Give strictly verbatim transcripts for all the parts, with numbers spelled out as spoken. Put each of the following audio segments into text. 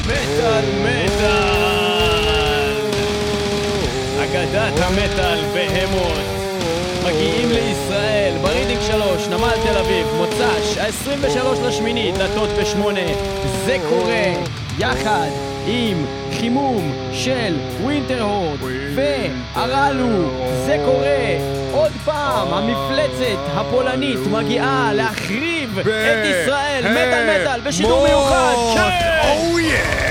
מטל מטל, אגדת המטל בהמות מגיעים לישראל ברידינג שלוש, נמל תל אביב, מוצ"ש ה-עשרים ושלוש לשמיני, דלתות בשמונה. זה קורה יחד עם חימום של ווינטרהורד והרלו. זה קורה עוד פעם, המפלצת הפולנית מגיעה להחריב את ישראל. מטל מטל בשידור מיוחד. Oh yeah!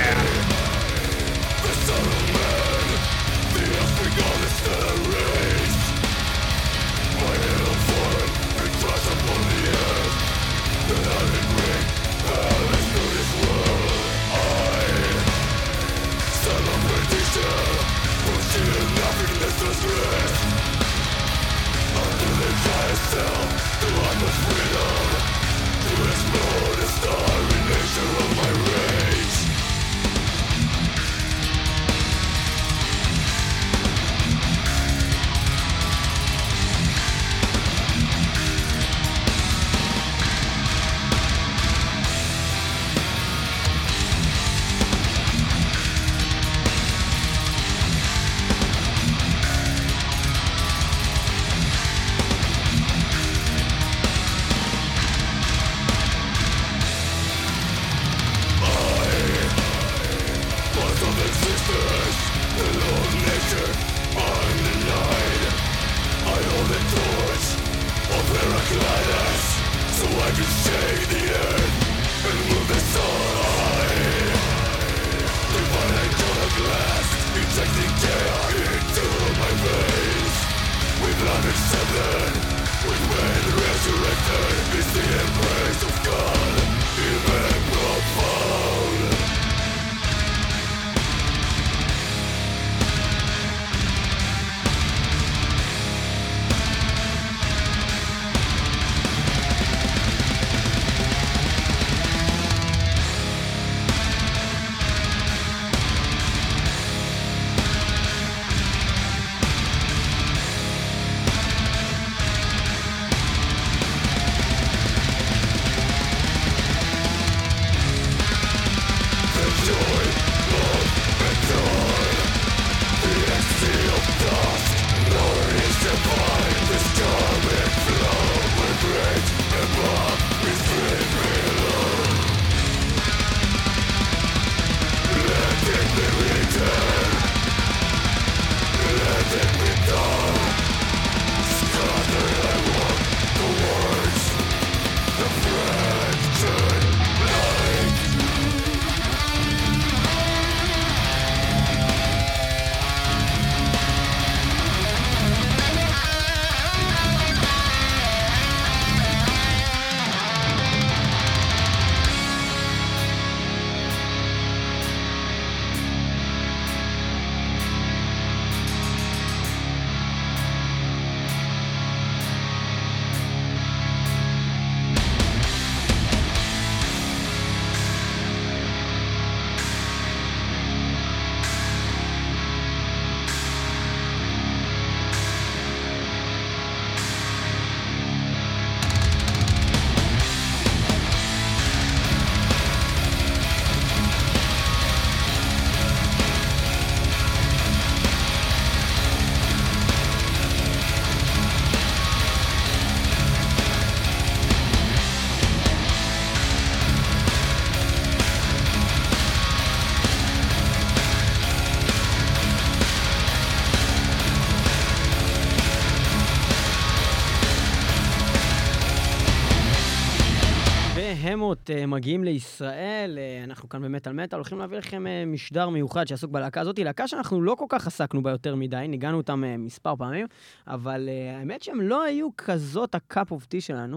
המות מגיעים לישראל, אנחנו כאן במטל מטל, הולכים להביא לכם משדר מיוחד שעסוק בלהקה הזאת, להקה שאנחנו לא כל כך עסקנו בה יותר מדי, ניגענו אותם מספר פעמים, אבל האמת שהם לא היו כזאת הקאפ אוף טי שלנו,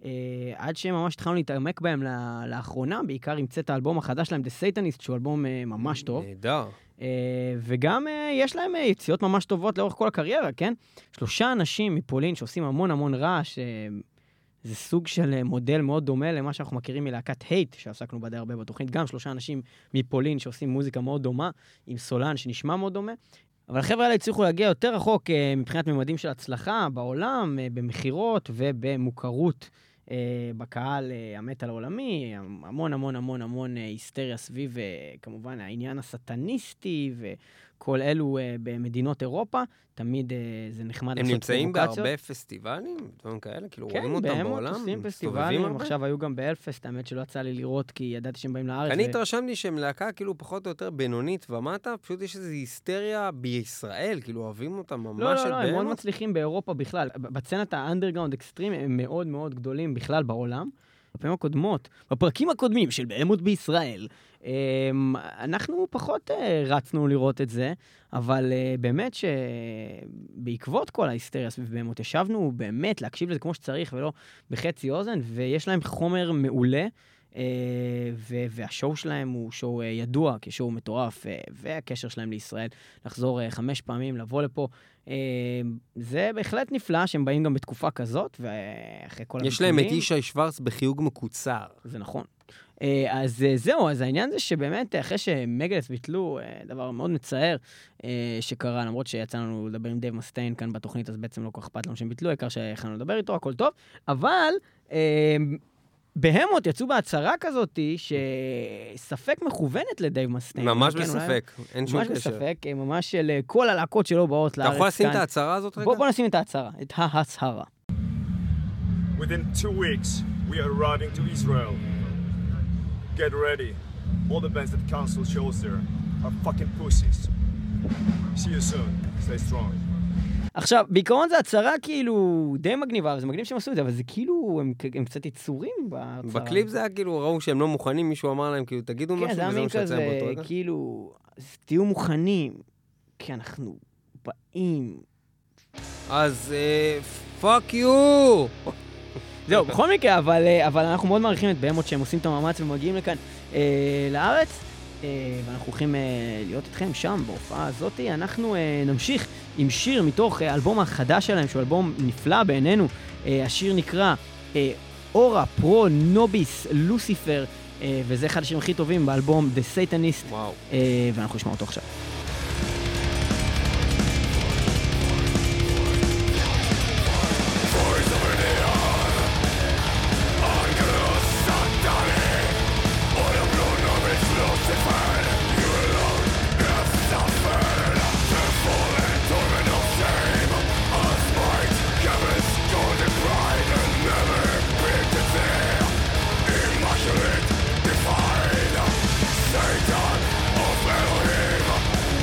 עד שהם ממש התחלנו להתעמק בהם לאחרונה, בעיקר המצאת האלבום החדש שלהם, The Satanist, שהוא אלבום ממש טוב. נהדר. וגם יש להם יציאות ממש טובות לאורך כל הקריירה, כן? שלושה אנשים מפולין שעושים המון המון רעש, זה סוג של מודל מאוד דומה למה שאנחנו מכירים מלהקת הייט, שעסקנו בה די הרבה בתוכנית, גם שלושה אנשים מפולין שעושים מוזיקה מאוד דומה, עם סולן שנשמע מאוד דומה, אבל החבר'ה האלה הצליחו להגיע יותר רחוק מבחינת ממדים של הצלחה בעולם, במחירות ובמוכרות בקהל המטל העולמי, המון המון המון המון היסטריה סביב, כמובן, העניין הסטניסטי וכל אלו במדינות אירופה, תמיד זה נחמד לעשות פרובוקציות. הם נמצאים בהרבה פסטיבלים, דברים כאלה, כאילו רואים אותם בעולם, כן, עושים פסטיבלים, עכשיו היו גם באלפסט, האמת שלא יצא לי לראות, כי ידעתי שהם באים לארץ. אני התרשמתי שהם להקה כאילו פחות או יותר בינונית ומטה, פשוט יש איזו היסטריה בישראל, כאילו אוהבים אותם ממש. לא, לא, לא, הם מאוד מצליחים באירופה בכלל. בצנת האנדרגראונד אקסטרים הם מאוד מאוד גדולים בכלל בעולם. בפעמים הקודמות, בפרקים הקודמים של בהמות בישראל, אנחנו פחות רצנו לראות את זה, אבל באמת שבעקבות כל ההיסטריה סביב בהמות, ישבנו באמת להקשיב לזה כמו שצריך ולא בחצי אוזן, ויש להם חומר מעולה, והשואו שלהם הוא שואו ידוע כשואו מטורף, והקשר שלהם לישראל, לחזור חמש פעמים, לבוא לפה, זה בהחלט נפלא שהם באים גם בתקופה כזאת, ואחרי כל יש להם את ישי שוורץ בחיוג מקוצר. זה נכון. אז זהו, אז העניין זה שבאמת אחרי שמגלס ביטלו, דבר מאוד מצער שקרה, למרות שיצא לנו לדבר עם דייב מסטיין כאן בתוכנית, אז בעצם לא כל כך אכפת לנו שהם ביטלו, העיקר שיכולנו לדבר איתו, הכל טוב, אבל בהמות יצאו בהצהרה כזאת שספק מכוונת לדייב מסטיין. ממש בספק, אין שום קשר. ממש בספק, ממש של כל הלהקות שלו באות לארץ כאן. אתה יכול לשים את ההצהרה הזאת רגע? בוא נשים את ההצהרה, את ההצהרה. Within two weeks, we are arriving to Israel. Get ready. All the bands that council shows there are fucking pussies. See you soon. Stay strong. עכשיו, בעיקרון זה הצהרה כאילו די מגניבה, וזה מגניב שהם עשו את זה, אבל זה כאילו, הם, הם קצת יצורים בהצהרה. בקליפ זה היה כאילו, ראו שהם לא מוכנים, מישהו אמר להם, כאילו, תגידו משהו, וזה מה שיצא באותו רגע. כאילו, תהיו מוכנים, כי אנחנו באים. אז, פאק יו! זהו, בכל מקרה, אבל, אבל אנחנו מאוד מעריכים את בהמות שהם עושים את המאמץ ומגיעים לכאן אה, לארץ, אה, ואנחנו הולכים אה, להיות איתכם שם בהופעה הזאת. אנחנו אה, נמשיך עם שיר מתוך אה, אלבום החדש שלהם, שהוא אלבום נפלא בעינינו. אה, השיר נקרא אה, אורה פרו נוביס לוסיפר, אה, וזה אחד השירים הכי טובים באלבום The Satanist, אה, ואנחנו נשמע אותו עכשיו. Satan of Elohim,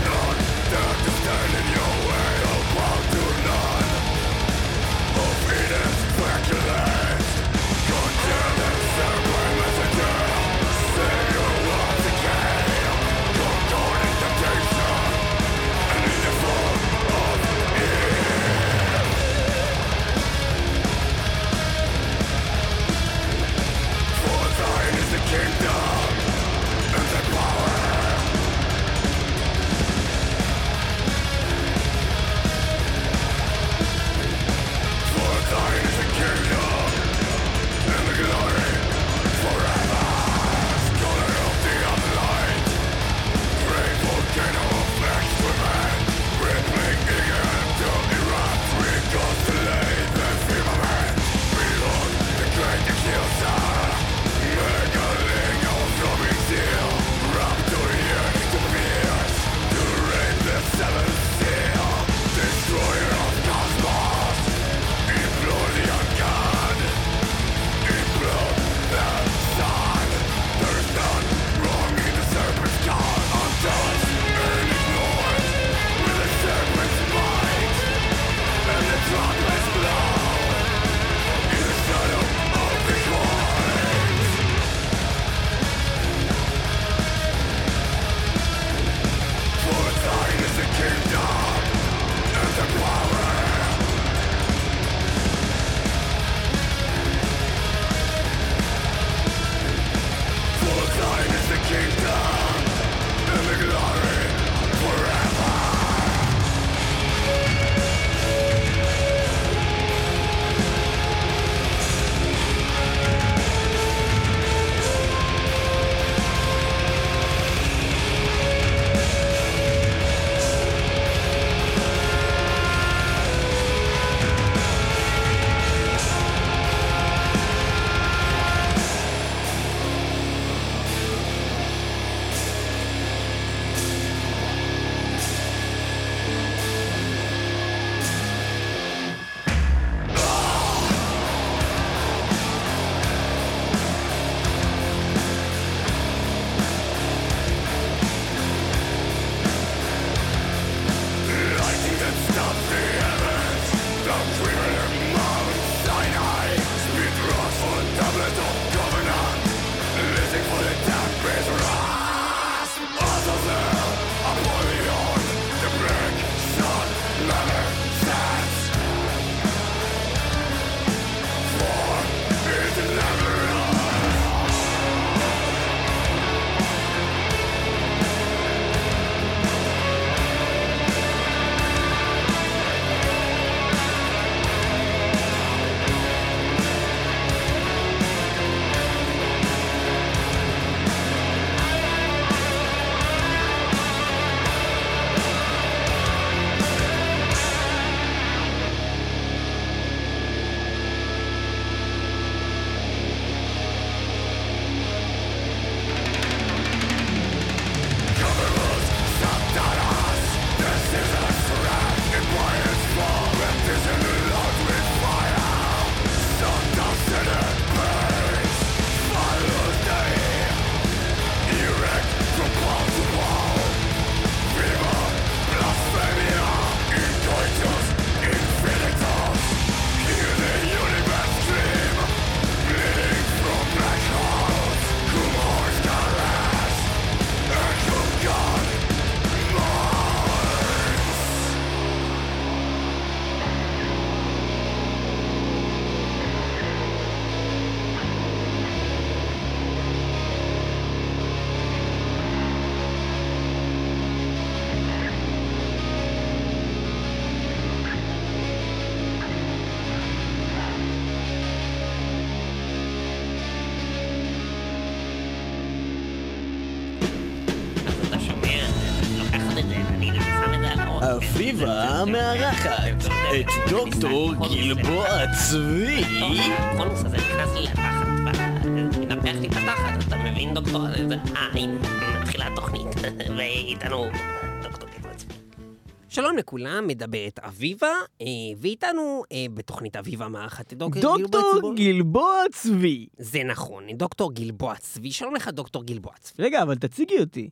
אביבה מארחת את דוקטור גלבוע צבי. הקונוס הזה נכנס לי לתחת, מנפח לי את התחת, אתה מבין דוקטור? אה, הנה, מתחילה התוכנית, ואיתנו דוקטור גלבוע צבי. שלום לכולם, מדברת אביבה, ואיתנו בתוכנית אביבה מארחת דוקטור דוקטור גלבוע צבי. זה נכון, דוקטור גלבוע צבי. שלום לך דוקטור גלבוע צבי. רגע, אבל תציגי אותי.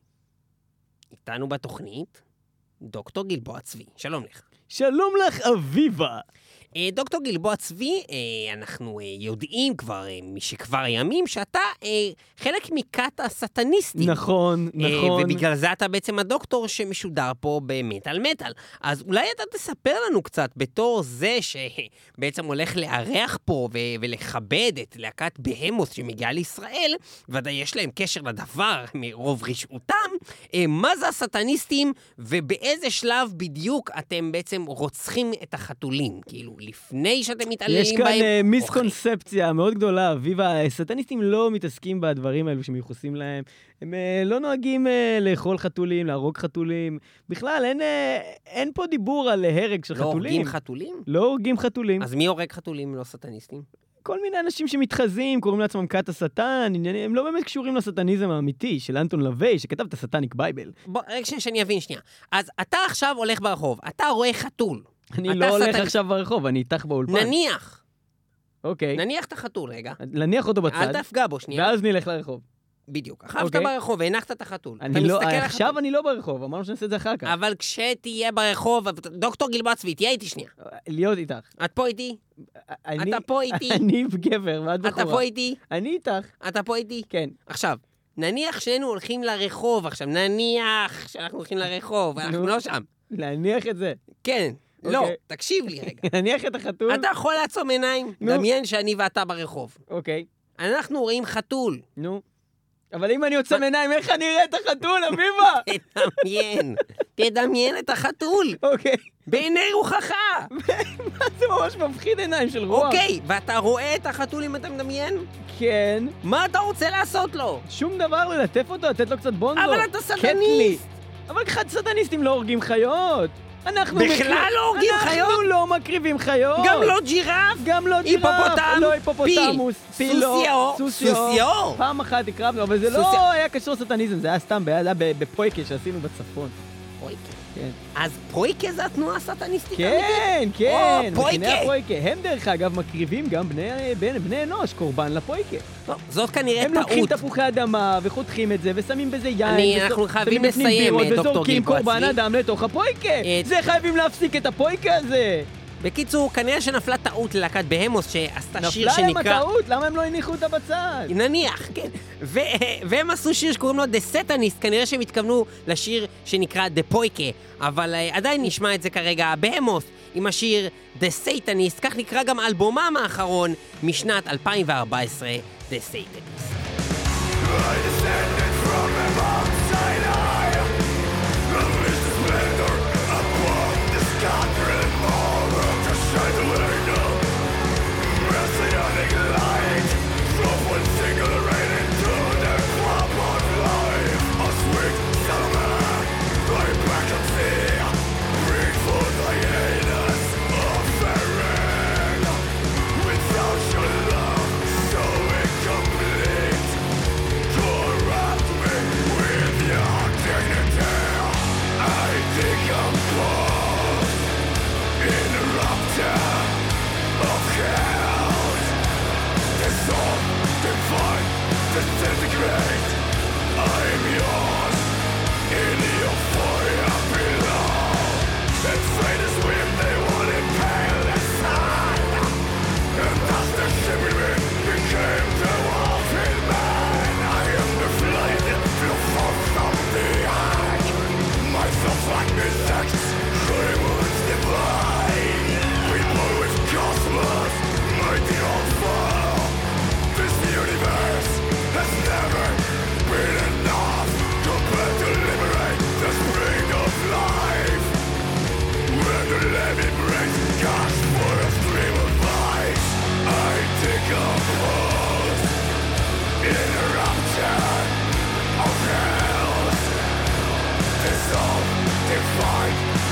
איתנו בתוכנית דוקטור גלבוע צבי. שלום לך. שלום לך אביבה. דוקטור גלבוע צבי, אנחנו יודעים כבר משכבר הימים שאתה חלק מכת הסטניסטים. נכון, נכון. ובגלל זה אתה בעצם הדוקטור שמשודר פה במטל מטל. אז אולי אתה תספר לנו קצת בתור זה שבעצם הולך לארח פה ולכבד את להקת בהמוס שמגיעה לישראל, ודאי יש להם קשר לדבר מרוב רשעותם, מה זה הסטניסטים ובאיזה שלב בדיוק אתם בעצם רוצחים את החתולים, כאילו לפני שאתם מתעללים בהם. יש כאן uh, מיסקונספציה מאוד גדולה, אביבה, סטניסטים לא מתעסקים בדברים האלו שמיוחסים להם, הם uh, לא נוהגים uh, לאכול חתולים, להרוג חתולים, בכלל אין, uh, אין פה דיבור על הרג של לא חתולים. לא הורגים חתולים? לא הורגים חתולים. אז מי הורג חתולים לא סטניסטים? כל מיני אנשים שמתחזים, קוראים לעצמם כת השטן, הם לא באמת קשורים לסטניזם האמיתי של אנטון לווי, שכתב את הסטניק בייבל. בוא, רק שאני אבין שנייה. אז אתה עכשיו הולך ברחוב, אתה רואה חתול. אני לא הולך עכשיו ברחוב, אני איתך באולפן. נניח. אוקיי. נניח את החתול, רגע. נניח אותו בצד. אל תפגע בו, שנייה. ואז נלך לרחוב. בדיוק. עכשיו אתה ברחוב, והנחת את החתול. עכשיו אני לא ברחוב, אמרנו שנעשה את זה אחר כך. אבל כשתהיה ברחוב, דוקטור גלבוע צבי, תהיה איתי שנייה. להיות איתך. את פה איתי? אתה פה איתי? אני גבר, ואת בחורה. אתה פה איתי? אני איתך. אתה פה איתי? כן. עכשיו, נניח שנינו הולכים לרחוב עכשיו, נניח שאנחנו הולכים לרחוב, אנחנו לא שם. להניח את זה. כן. לא, תקשיב לי רגע. נניח את החתול. אתה יכול לעצום עיניים, דמיין שאני ואתה ברחוב. אוקיי. אנחנו רואים חתול. נו. אבל אם אני עוצם עיניים, איך אני אראה את החתול, אביבה? תדמיין. תדמיין את החתול. אוקיי. בעיני רוחך. מה זה ממש מפחיד עיניים של רוח? אוקיי, ואתה רואה את החתול אם אתה מדמיין? כן. מה אתה רוצה לעשות לו? שום דבר, ללטף אותו, לתת לו קצת בונזו. אבל אתה סטניסט. אבל סטניסטים לא הורגים חיות. אנחנו בכלל לא הורגים חיות? אנחנו לא מקריבים חיות. גם לא ג'ירף? גם לא ג'ירף. היפופוטם? לא היפופוטמוס. פיל. סוסיו. סוסיו. פעם אחת הקרבנו, אבל זה לא היה קשור סטניזם, זה היה סתם, זה היה בפויקה שעשינו בצפון. פויקה? כן. אז פויקה זה התנועה הסטניסטית? כן, כן. או, פויקה. הפויקה. הם דרך אגב מקריבים גם בני אנוש, קורבן לפויקה. זאת כנראה טעות. הם לוקחים תפוחי אדמה וחותכים את זה ושמים בזה יין. אנחנו חייבים לסיים, דוקטור גלבוע צבי. וזורקים קורבן אדם לתוך הפויקה. זה חייבים להפסיק את הפויקה הזה. בקיצור, כנראה שנפלה טעות ללהקת בהמוס שעשתה שיר שנקרא... נפלה להם הטעות? למה הם לא הניחו אותה בצד? נניח, כן. והם עשו שיר שקוראים לו The Satanist, כנראה שהם התכוונו לשיר שנקרא The Poike, אבל עדיין נשמע את זה כרגע בהמוס עם השיר The Satanist, כך נקרא גם אלבומם האחרון משנת אלפיים וארבע עשרה, The Satanist. I descended from the Mount Sinai, from which the splendor above the scattering mountain to shine the window, messianic light from one single rain into the club of life. A sweet summer, thy black and sea, bring forth thy heinous offering, without your love so incomplete. Your wrath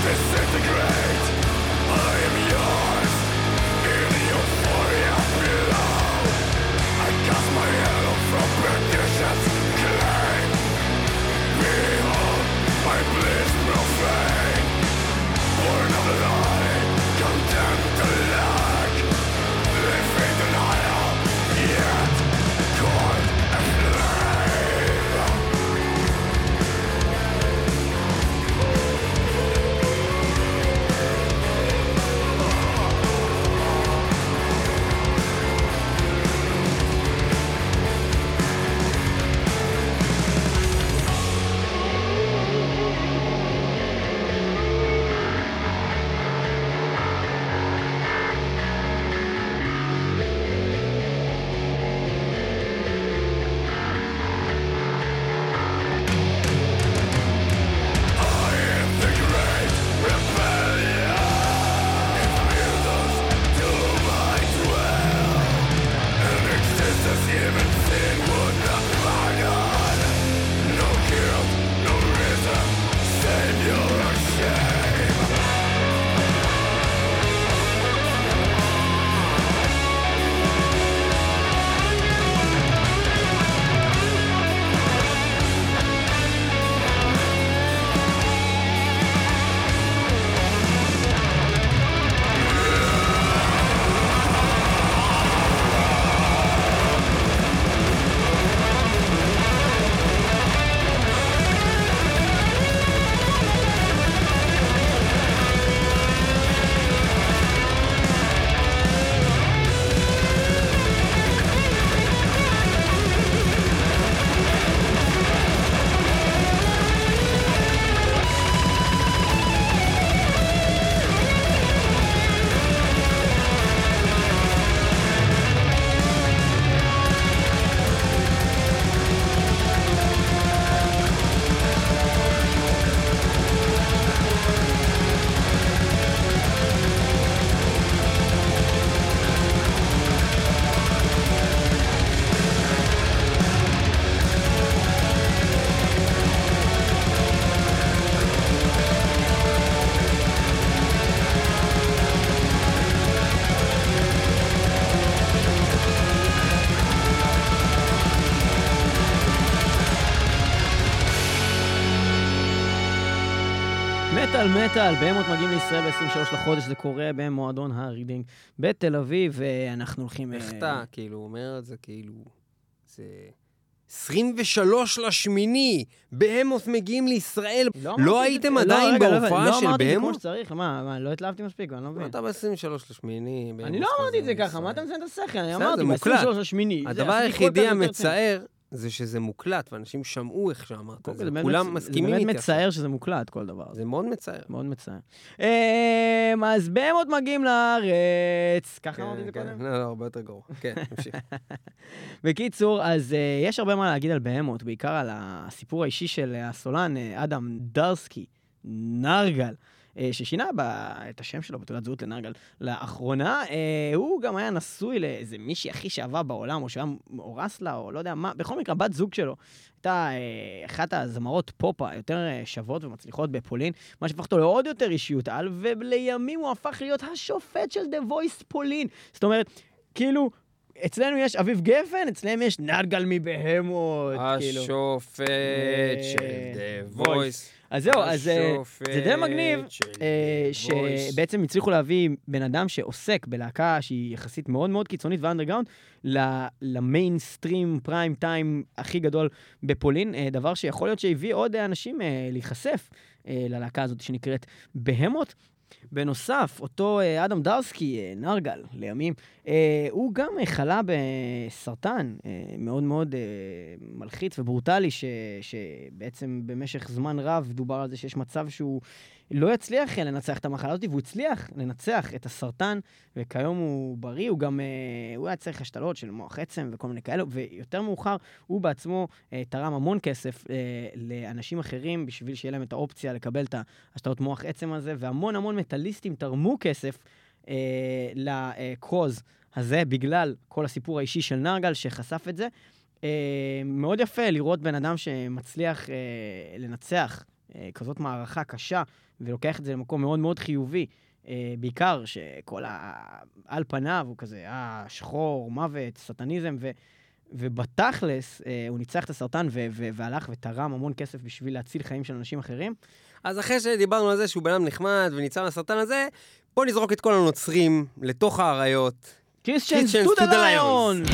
מטל מטל, בהמות מגיעים לישראל ב-עשרים ושלושה לחודש, זה קורה במועדון הרידינג בתל אביב, ואנחנו הולכים... איך אתה, כאילו, אומר את זה, כאילו, זה... עשרים ושלושה לשמיני, בהמות מגיעים לישראל, לא הייתם עדיין בהופעה של בהמות? לא אמרתי את זה כמו בהמות? שצריך, מה, לא התלהבתי מספיק, אני לא מבין. אתה ב-עשרים ושלושה לשמיני, אני לא אמרתי את זה ככה, מה אתה מזיין את השכל? אני בסדר, אמרתי, זה ב-עשרים ושלושה מוקלט. לשמיני. הדבר היחידי המצער זה שזה מוקלט, ואנשים שמעו איך שאמרת, זה באמת כולם מצ- מסכימים זה איתי. באמת מצער שזה מוקלט, כל דבר. זה מאוד מצער. מאוד מצער. אמ, אז בהמות מגיעים לארץ. ככה אמרתי את זה כן, קודם? לא, לא, הרבה יותר גרוע. כן, נמשיך. בקיצור, אז uh, יש הרבה מה להגיד על בהמות, בעיקר על הסיפור האישי של הסולן, uh, אדם דרסקי, נרגל, uh, ששינה בה, את השם שלו בתעודת זהות לנרגל. לאחרונה, uh, הוא גם היה נשוי לאיזה מישהי הכי שאהבה בעולם, או שהיה מאורס לה, או לא יודע מה, בכל מקרה, בת זוג שלו. הייתה uh, אחת הזמרות פופ היותר uh, שוות ומצליחות בפולין, מה שהפך אותו לעוד יותר אישיות על, ולימים הוא הפך להיות השופט של The Voice פולין. זאת אומרת, כאילו, אצלנו יש אביב גפן, אצלם יש נרגל מבהמות. השופט של The Voice. אז זהו, אז זה די מגניב, שבעצם הצליחו להביא בן אדם שעוסק בלהקה שהיא יחסית מאוד מאוד קיצונית ואנדרגראונד, למיינסטרים פריים טיים הכי גדול בפולין, דבר שיכול להיות שהביא עוד אנשים להיחשף ללהקה הזאת שנקראת בהמות. בנוסף, אותו אדם דרסקי, נרגל, לימים, הוא גם חלה בסרטן מאוד מאוד מלחיץ וברוטלי, ש, שבעצם במשך זמן רב דובר על זה שיש מצב שהוא לא יצליח לנצח את המחלה הזאת, והוא הצליח לנצח את הסרטן, וכיום הוא בריא, הוא גם, הוא היה צריך השתלות של מוח עצם וכל מיני כאלו, ויותר מאוחר הוא בעצמו תרם המון כסף לאנשים אחרים, בשביל שיהיה להם את האופציה לקבל את השתלות מוח עצם הזה, והמון המון מטליסטים תרמו כסף לקרוז הזה, בגלל כל הסיפור האישי של נרגל שחשף את זה. מאוד יפה לראות בן אדם שמצליח לנצח כזאת מערכה קשה, ולוקח את זה למקום מאוד מאוד חיובי, בעיקר שכל על פניו הוא כזה, אה, שחור, מוות, סטניזם, ו... ובתכלס הוא ניצח את הסרטן ו- ו- והלך ותרם המון כסף בשביל להציל חיים של אנשים אחרים. אז אחרי שדיברנו על זה שהוא בן אדם נחמד וניצל לסרטן הזה, בוא נזרוק את כל הנוצרים לתוך האריות. Christians to the lion!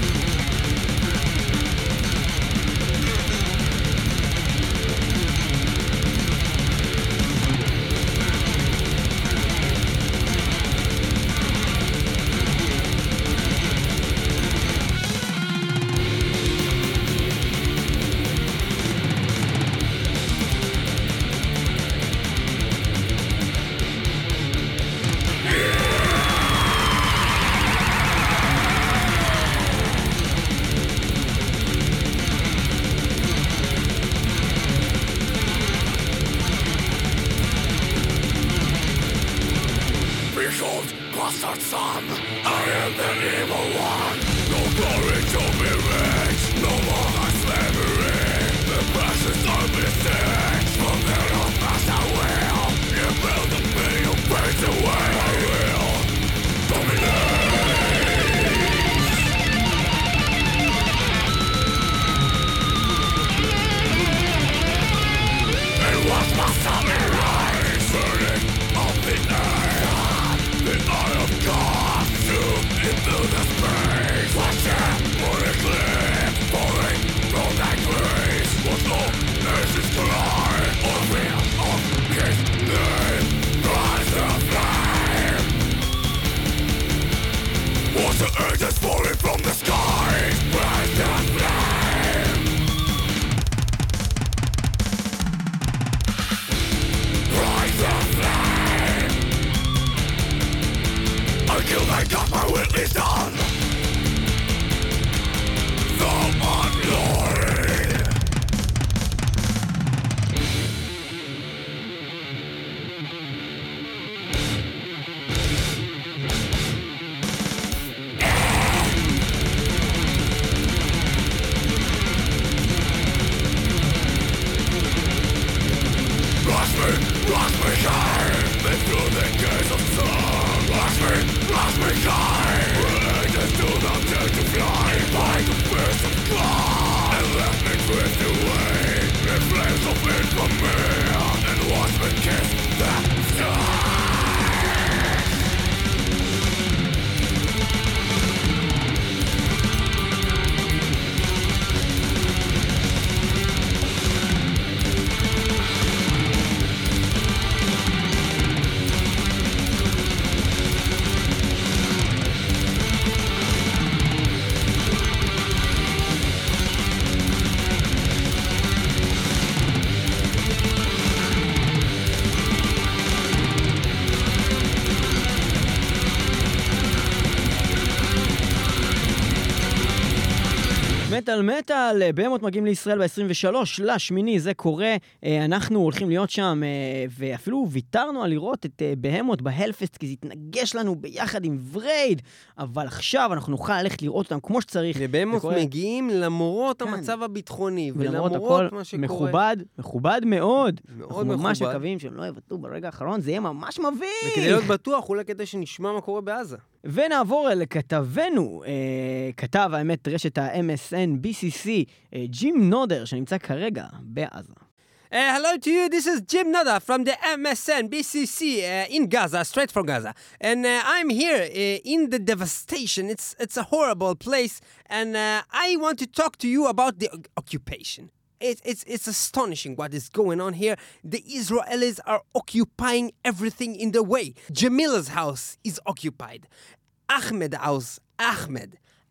מטל מטל, בהמות מגיעים לישראל ב-עשרים ושלוש לשמיני, זה קורה, אנחנו הולכים להיות שם, ואפילו ויתרנו על לראות את בהמות בהלפסט, כי זה יתנגש לנו ביחד עם ורייד, אבל עכשיו אנחנו נוכל ללכת לראות אותם כמו שצריך. ובהמות מגיעים למרות המצב הביטחוני, ולמרות מה שקורה. מכובד, מכובד מאוד. אנחנו ממש מקווים שהם לא יבטאו ברגע האחרון, זה יהיה ממש מביך. וכדי להיות בטוח, אולי כדי שנשמע מה קורה בעזה. ונעבור לכתבנו, אה, כתב האמת רשת ה-אם אס אן בי סי סי, אה, ג'ים נודר, שנמצא כרגע בעזה. Uh, hello to you, this is Jim Noda from the M S N B C C uh, in Gaza, straight from Gaza. And uh, I'm here uh, in the devastation. It's it's a horrible place. And uh, I want to talk to you about the o- occupation. It, it's, it's astonishing what is going on here. The Israelis are occupying everything in their way. Jamila's house is occupied. Ahmed's house, Ahmed.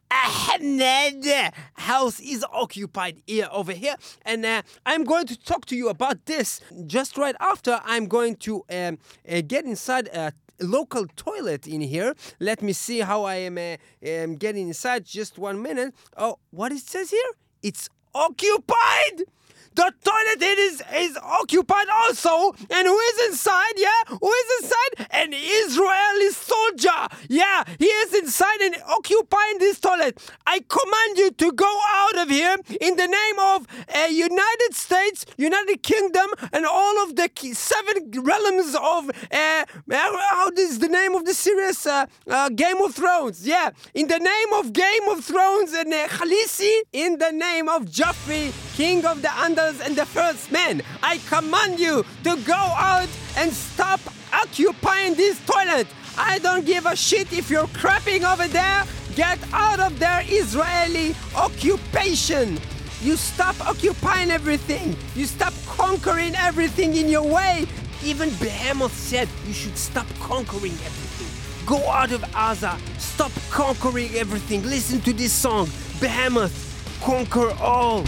Ahmed house is occupied here over here, and uh, I'm going to talk to you about this just right after I'm going to um, uh, get inside a local toilet in here. Let me see how I am uh, um, getting inside. Just one minute. Oh, what it says here? It's occupied. The toilet is, is occupied also. And who is inside? Yeah, who is inside? An Israeli soldier. Yeah, he is inside and occupying this toilet. I command you to go out of here in the name of uh, United States, United Kingdom, and all of the seven realms of, uh, how is the name of the series? Uh, uh, Game of Thrones. Yeah, in the name of Game of Thrones and uh, Khaleesi, in the name of Joffrey, King of the Andals and the First Men, I command you to go out and stop occupying this toilet. I don't give a shit if you're crapping over there. Get out of there, Israeli occupation. You stop occupying everything. You stop conquering everything in your way. Even Behemoth said you should stop conquering everything. Go out of Gaza. Stop conquering everything. Listen to this song. Behemoth, conquer all.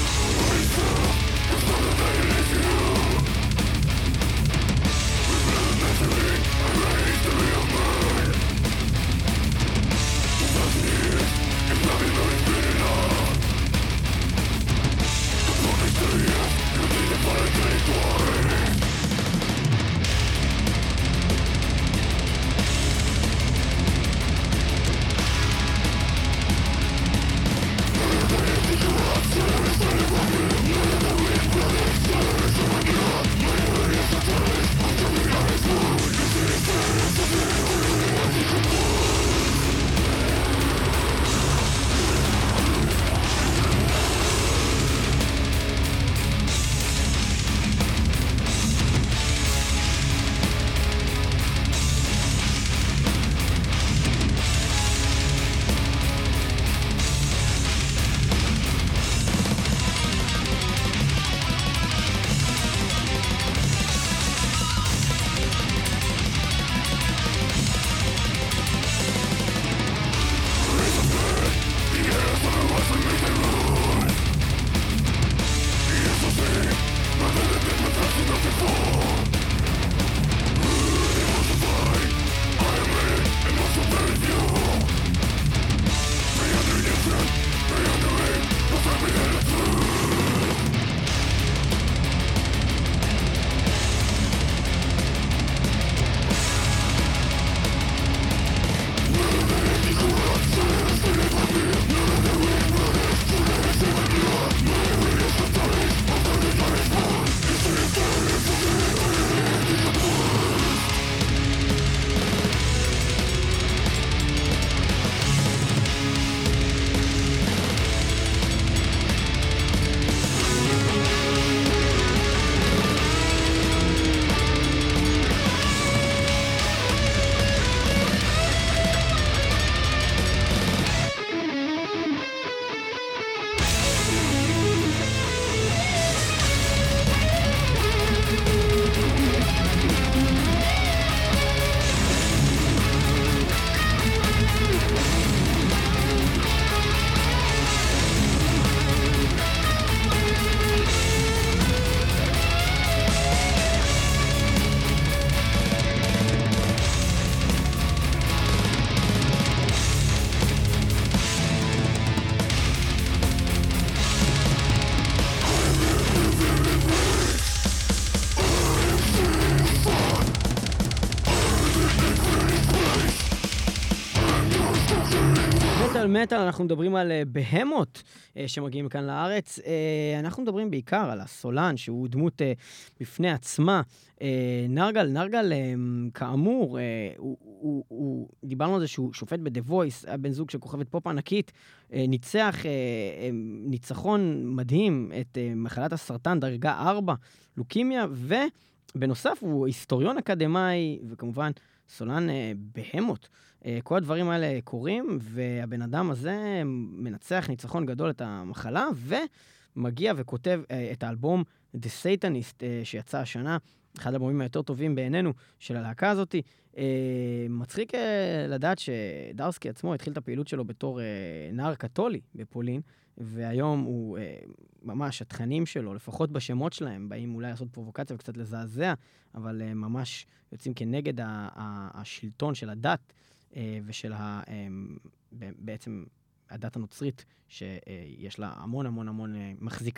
מטל, אנחנו מדברים על בהמות שמגיעים כאן לארץ. אנחנו מדברים בעיקר על הסולן, שהוא דמות בפני עצמה. נרגל, נרגל, כאמור, הוא, הוא, הוא, דיברנו על זה שהוא שופט ב-The Voice, הבן זוג של כוכבת פופ ענקית, ניצח ניצחון מדהים את מחלת הסרטן דרגה ארבע, לוקימיה, ובנוסף הוא היסטוריון אקדמאי, וכמובן סולן בהמות. כל הדברים האלה קורים, והבן אדם הזה מנצח ניצחון גדול את המחלה, ומגיע וכותב את האלבום The Satanist שיצא השנה, אחד האלבומים היותר טובים בעינינו של הלהקה הזאת. מצחיק לדעת שדרסקי עצמו התחיל את הפעילות שלו בתור נער קתולי בפולין, והיום הוא ממש, התכנים שלו, לפחות בשמות שלהם, באים אולי לעשות פרובוקציה וקצת לזעזע, אבל ממש יוצאים כנגד השלטון של הדת, ושל ה, בעצם הדת הנוצרית, שיש לה המון המון המון מחזיקה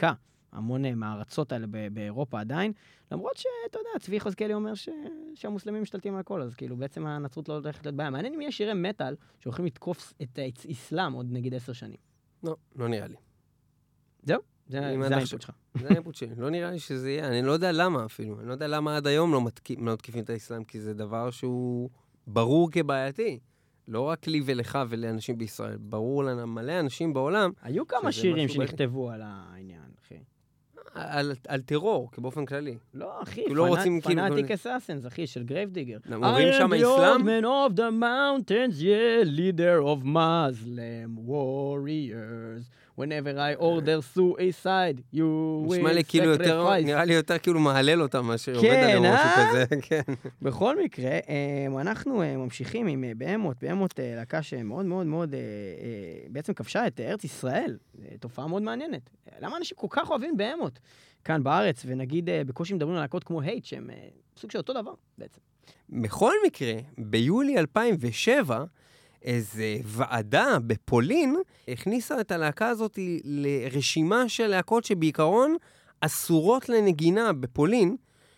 המון מהארצות האלה באירופה עדיין, למרות שאתה יודע, צבי חזקאלי אומר שהמוסלמים משתלטים על הכל, אז כאילו בעצם הנצרות לא הולכת להיות בעיה. מעניין אם יש שירי מטל שהולכים לתקוף את האסלאם עוד נגיד עשר שנים. לא, לא נראה לי. זהו? זה האינפוט שלך. זה האינפוט שלי. לא נראה לי שזה יהיה. אני לא יודע למה אפילו. אני לא יודע למה עד היום לא מתקיפים את האסלאם, כי זה דבר שהוא ברור כבעייתי. לא רק לי ולך ולאנשים בישראל. ברור לנו מלא אנשים בעולם. היו כמה שירים שנכתבו על העניין, אחי. על, על טרור, כבאופן כללי. לא, אחי, לא רוצים, פנאטיק אסאסנס, אחי, של גרייבדיגר. אומרים שם האסלאם? I am the old man of the mountains, yeah, leader of Muslim warriors. Whenever I order suicide, you will sacrifice. נראה לי יותר כאילו מהלל אותם, מה שעובד עליהם או משהו כזה. כן. בכל מקרה, אנחנו ממשיכים עם בהמות, בהמות להקה שמאוד מאוד מאוד בעצם כבשה את ארץ ישראל. תופעה מאוד מעניינת. למה אנשים כל כך אוהבים בהמות כאן בארץ, ונגיד בקושי מדברים על להקות כמו הייט, שהם סוג של אותו דבר בעצם. בכל מקרה, ביולי אלפיים ושבע, איזו ועדה בפולין הכניסה את הלהקה הזאת לרשימה של להקות שבעיקרון אסורות לנגינה בפולין,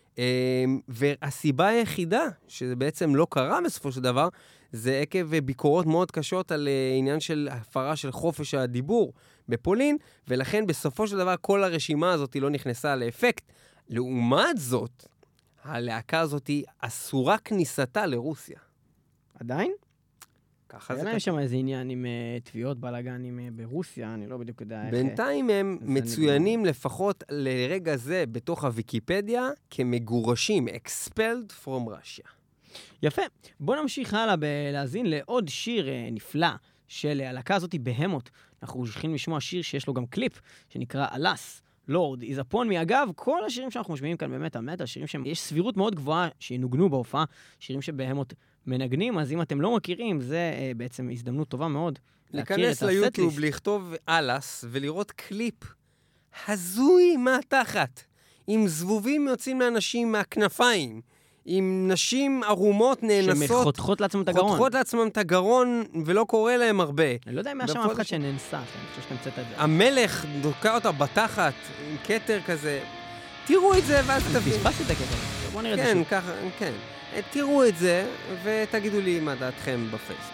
והסיבה היחידה שזה בעצם לא קרה בסופו של דבר, זה עקב ביקורות מאוד קשות על עניין של הפרה של חופש הדיבור בפולין, ולכן בסופו של דבר כל הרשימה הזאת לא נכנסה לאפקט. לעומת זאת, הלהקה הזאת אסורה כניסתה לרוסיה. עדיין? ככה זה ככה. אין להם שם איזה עניין עם תביעות בלגנים ברוסיה, אני לא בדיוק יודע איך... בינתיים הם מצוינים לפחות לרגע זה בתוך הוויקיפדיה כמגורשים, expelled from Russia. יפה. בוא נמשיך הלאה להזין לעוד שיר נפלא של הלהקה הזאת בהמות. אנחנו הולכים לשמוע שיר שיש לו גם קליפ שנקרא אלאס. לורד, is upon me. אגב, כל השירים שאנחנו משמיעים כאן באמת, המטה, שירים שיש סבירות מאוד גבוהה שינוגנו בהופעה, שירים שבהמות מנגנים, אז אם אתם לא מכירים, זה אה, בעצם הזדמנות טובה מאוד להכיר את הסט-ליסט. להיכנס ליוטיוב, לכתוב אלאס, ולראות קליפ הזוי מהתחת, עם זבובים יוצאים לאנשים מהכנפיים, עם נשים ערומות נאנסות, שמחותכות לעצמם את הגרון. חותכות לעצמם את הגרון, ולא קורא להם הרבה. אני לא יודע אם היה שם אף אחד שנאנסה, אני חושב שאתה מצאת את זה. המלך דוקה אותה בתחת, עם קטר כזה. תראו את זה, ואז תבין. פספסתי את הקטר. בוא נראה את זה כן, שוב. ככה, כן. תראו את זה, ותגידו לי מה דעתכם בפייסבוק.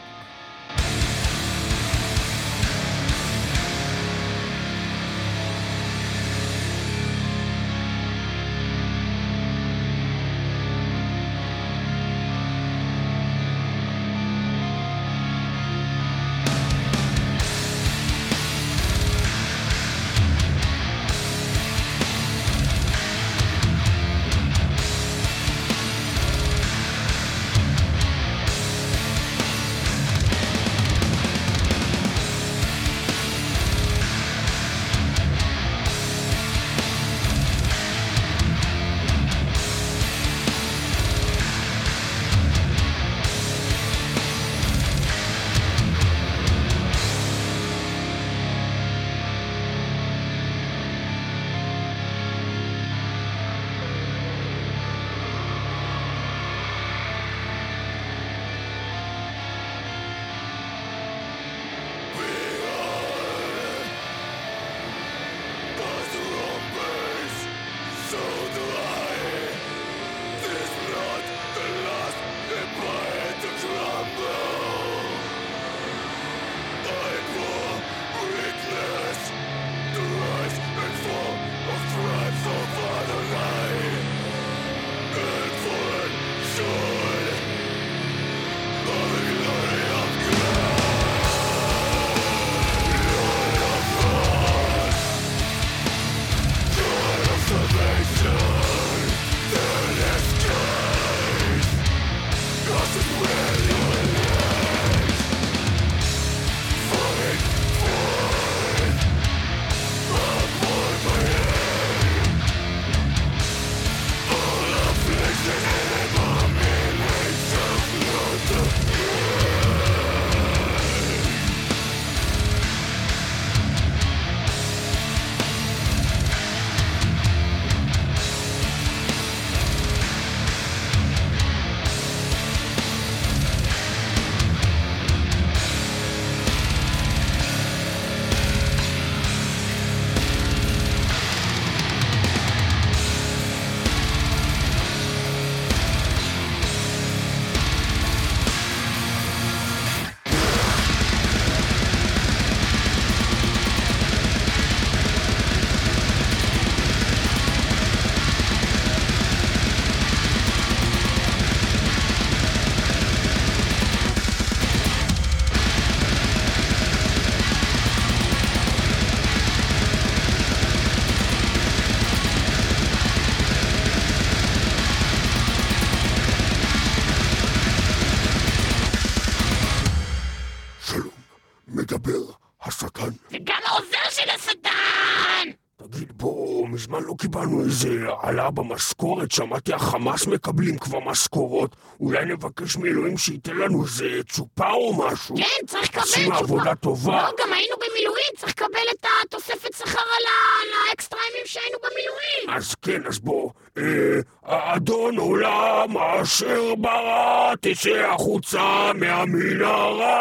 לא קיבלנו איזה עלה במשכורת, שמעתי החמאס מקבלים כבר משכורות, אולי נבקש מאלוהים שייתן לנו איזה צ'ופר או משהו. כן, צריך לקבל צ'ופר. עושים עבודה טובה. לא, גם היינו במילואים, צריך לקבל את התוספת שכר על האקסטריימים שהיינו במילואים. אז כן, אז בוא, אה, אדון עולם אשר ברא, תצא החוצה מהמנהרה.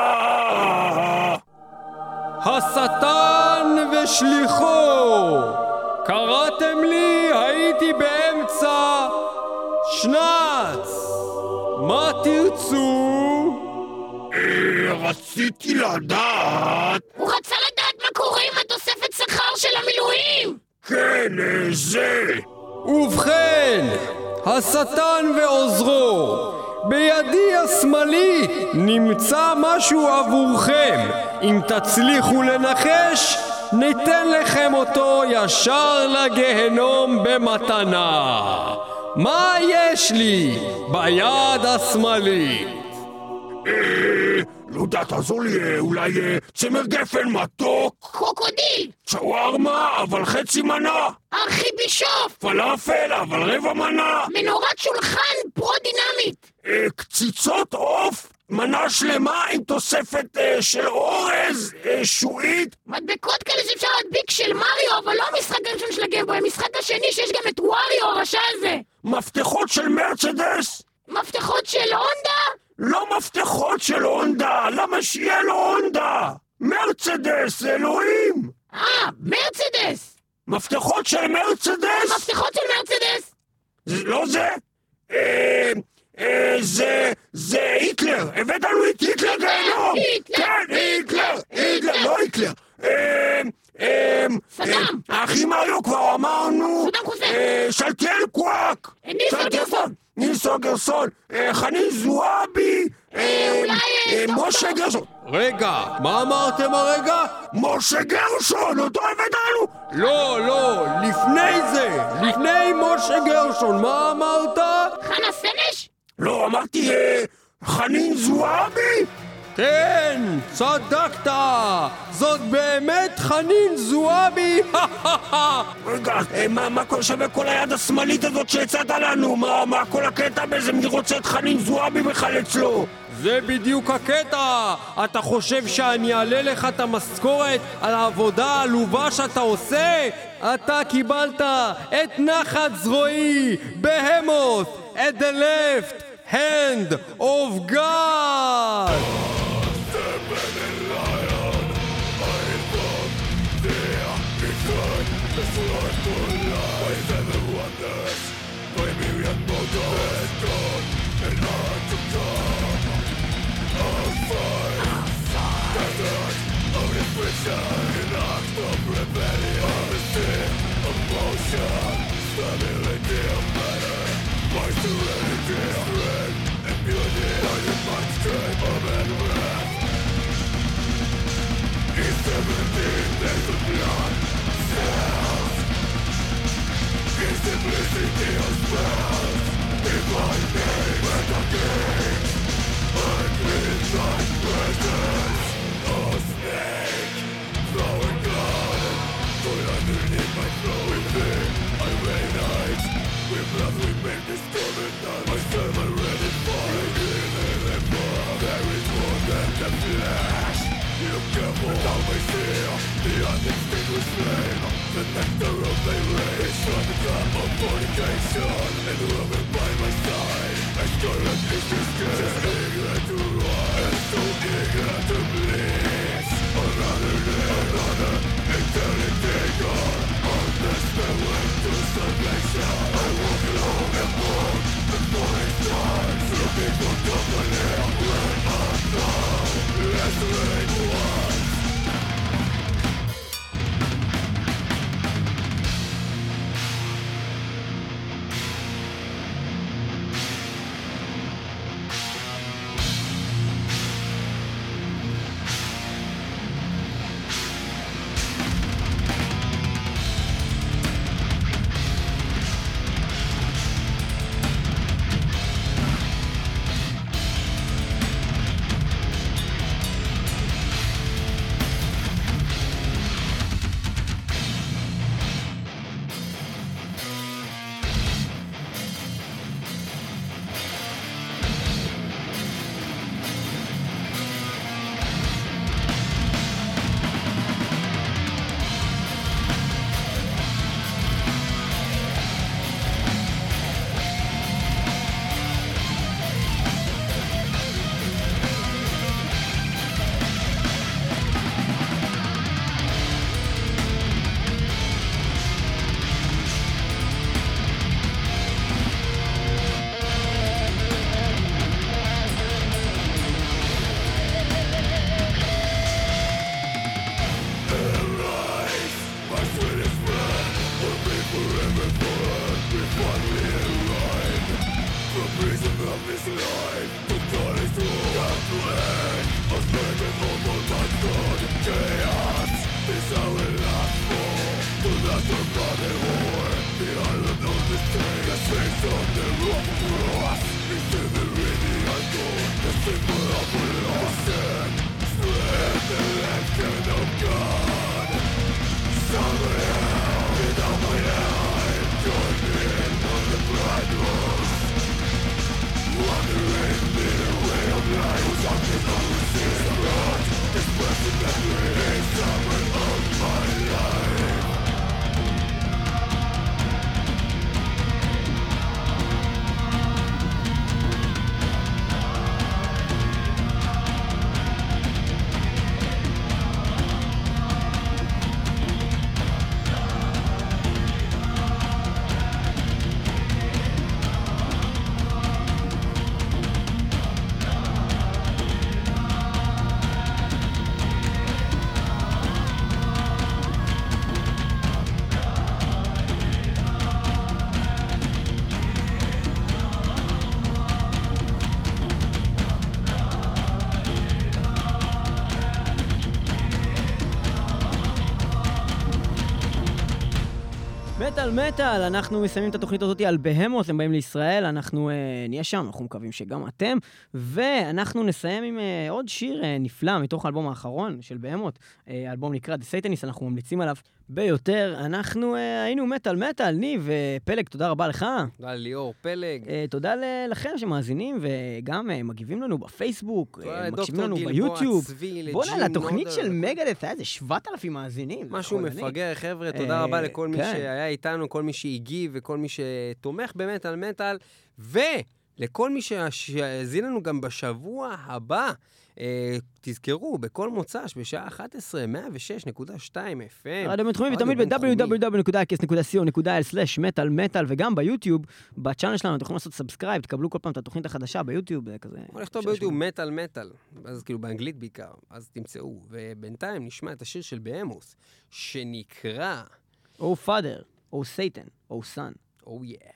השטן ושליחו, קראתם לי, הייתי באמצע שנץ, מה תרצו? אה, רציתי לדעת... הוא רצה לדעת מה קורה עם התוספת שכר של המילואים. כן, זה... ובכן, השטן ועוזרו, בידי השמאלית נמצא משהו עבורכם. אם תצליחו לנחש, ניתן לכם אותו ישר לגהנום במתנה. מה יש לי ביד השמאלית? אה, לא יודע, תעזור לי, אולי צמר גפן מתוק? קרוקודיל. שווארמה, אבל חצי מנה. ארכיבישוף. פלאפל, אבל רבע מנה. מנורת שולחן פרו-דינמית. אה, קציצות עוף, מנה שלמה עם תוספת אה, של אורז, אה, שועית. מדבקות כאלה שאפשר להדביק של מריו, אבל לא המשחק הראשון של הגיימבוי, המשחק השני שיש גם את ווריו, הרשע הזה. מפתחות של מרצדס. מפתחות של הונדה? לא מפתחות של הונדה, למה שיהיה לו הונדה? מרצדס, אלוהים! אה, מרצדס! מפתחות של מרצדס? מפתחות של מרצדס! זה לא זה? אה, אה, זה, זה היטלר! הבאת לנו את היטלר גיהנום! היטלר! כן, היטלר! היטלר, לא היטלר! אה, אה, סדאם! האחים מריו כבר אמרנו! סדאם חוסן! אה, שלטיאל קוואק! ניסו גרסון! ניסו גרסון! אה, חנין זועבי! אה, אולי... משה גרשון! רגע, מה אמרתם הרגע? משה גרשון! אותו הבאת לנו! לא, לא, לפני זה, לפני משה גרשון, מה אמרת? חנה סנש? לא, אמרתי אה, חנין זועבי! כן, צדקת, זאת באמת חנין זועבי. רגע, אה, מה, מה כל שווה כל היד השמאלית הזאת שהצעת לנו? מה, מה כל הקטע בזה? מי רוצה את חנין זועבי בכלל אצלו? זה בדיוק הקטע. אתה חושב שאני אעלה לך את המשכורת על העבודה העלובה שאתה עושה? אתה קיבלת את נחת זרועי, בהמות, at the left hand of God. מטל מטל, אנחנו מסיימים את התוכנית הזאת על בהמות, הם באים לישראל, אנחנו אה, נהיה שם, אנחנו מקווים שגם אתם, ואנחנו נסיים עם אה, עוד שיר אה, נפלא מתוך האלבום האחרון של בהמות, אה, האלבום נקרא The Satanist, אנחנו ממליצים עליו ביותר, אנחנו אה, היינו מטל מטל, ניב ופלג, תודה רבה לך. תודה ליאור, פלג. אה, תודה ל- לכם שמאזינים, וגם אה, מגיבים לנו בפייסבוק, אה, מקשיבים לנו גלבוע, ביוטיוב. צבי, בואו לג'ים, נה, לתוכנית נודר. של מגדף, היה איזה שבעת אלפים מאזינים. משהו חולני. מפגר, חבר'ה, תודה אה, רבה לכל מי כן. שהיה איתנו, כל מי שהגיב וכל מי שתומך במטל מטל, ולכל מי שהאזין לנו גם בשבוע הבא, אה, תזכרו, בכל מוצ"ש, בשעה אחת עשרה, מאה ושש נקודה שתיים אף אם. רדיו בינתחומי, ותמיד ב-דאבליו דאבליו דאבליו נקודה אקס נקודה סי או נקודה איי אל סלאש מטל מטל, וגם ביוטיוב, בצ'אנל שלנו, אתם יכולים לעשות סאבסקרייב, תקבלו כל פעם את התוכנית החדשה ביוטיוב, זה כזה. בוא נכתוב ביוטיוב מטל מטל, אז כאילו באנגלית בעיקר, אז תמצאו, ובינתיים נשמע את השיר של בהמוס, שנקרא או פאדר, או סייטן, או סן. Oh yeah.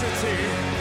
electricity.